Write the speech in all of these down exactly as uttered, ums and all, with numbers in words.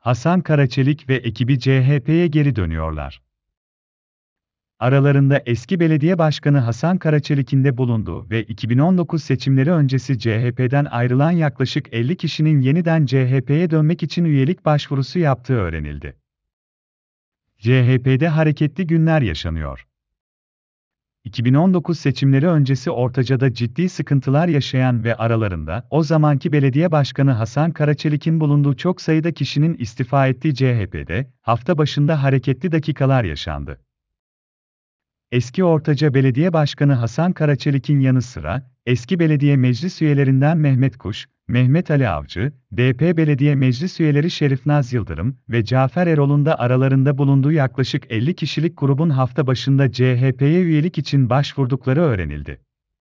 Hasan Karaçelik ve ekibi C H P'ye geri dönüyorlar. Aralarında eski belediye başkanı Hasan Karaçelik'in de bulunduğu ve iki bin on dokuz seçimleri öncesi C H P'den ayrılan yaklaşık elli kişinin yeniden C H P'ye dönmek için üyelik başvurusu yaptığı öğrenildi. C H P'de hareketli günler yaşanıyor. iki bin on dokuz seçimleri öncesi Ortaca'da ciddi sıkıntılar yaşayan ve aralarında o zamanki belediye başkanı Hasan Karaçelik'in bulunduğu çok sayıda kişinin istifa ettiği C H P'de hafta başında hareketli dakikalar yaşandı. Eski Ortaca Belediye Başkanı Hasan Karaçelik'in yanı sıra, eski belediye meclis üyelerinden Mehmet Kuş, Mehmet Ali Avcı, D P Belediye Meclis üyeleri Şerifnaz Yıldırım ve Cafer Erol'un da aralarında bulunduğu yaklaşık elli kişilik grubun hafta başında C H P'ye üyelik için başvurdukları öğrenildi.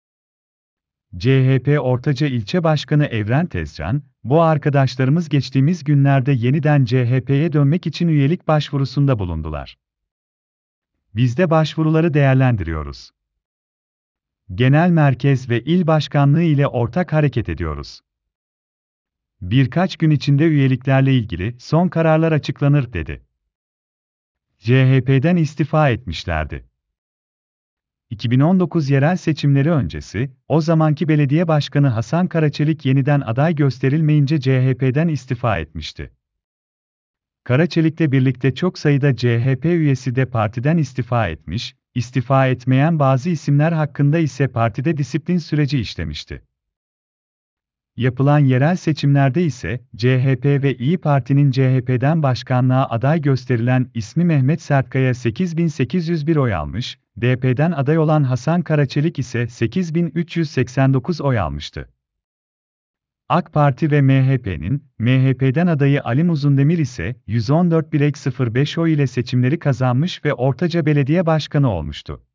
C H P Ortaca İlçe Başkanı Evren Tezcan, bu arkadaşlarımız geçtiğimiz günlerde yeniden C H P'ye dönmek için üyelik başvurusunda bulundular. Biz de başvuruları değerlendiriyoruz. Genel merkez ve il başkanlığı ile ortak hareket ediyoruz. Birkaç gün içinde üyeliklerle ilgili son kararlar açıklanır, dedi. C H P'den istifa etmişlerdi. iki bin on dokuz yerel seçimleri öncesi, o zamanki belediye başkanı Hasan Karaçelik yeniden aday gösterilmeyince C H P'den istifa etmişti. Karaçelik'le birlikte çok sayıda C H P üyesi de partiden istifa etmiş, istifa etmeyen bazı isimler hakkında ise partide disiplin süreci işlemişti. Yapılan yerel seçimlerde ise C H P ve İyi Parti'nin C H P'den başkanlığa aday gösterilen ismi Mehmet Sertkaya sekiz bin sekiz yüz bir oy almış, D P'den aday olan Hasan Karaçelik ise sekiz bin üç yüz seksen dokuz oy almıştı. AK Parti ve M H P'nin, M H P'den adayı Ali Uzundemir ise yüz on dört bin sıfır beş oy ile seçimleri kazanmış ve Ortaca Belediye Başkanı olmuştu.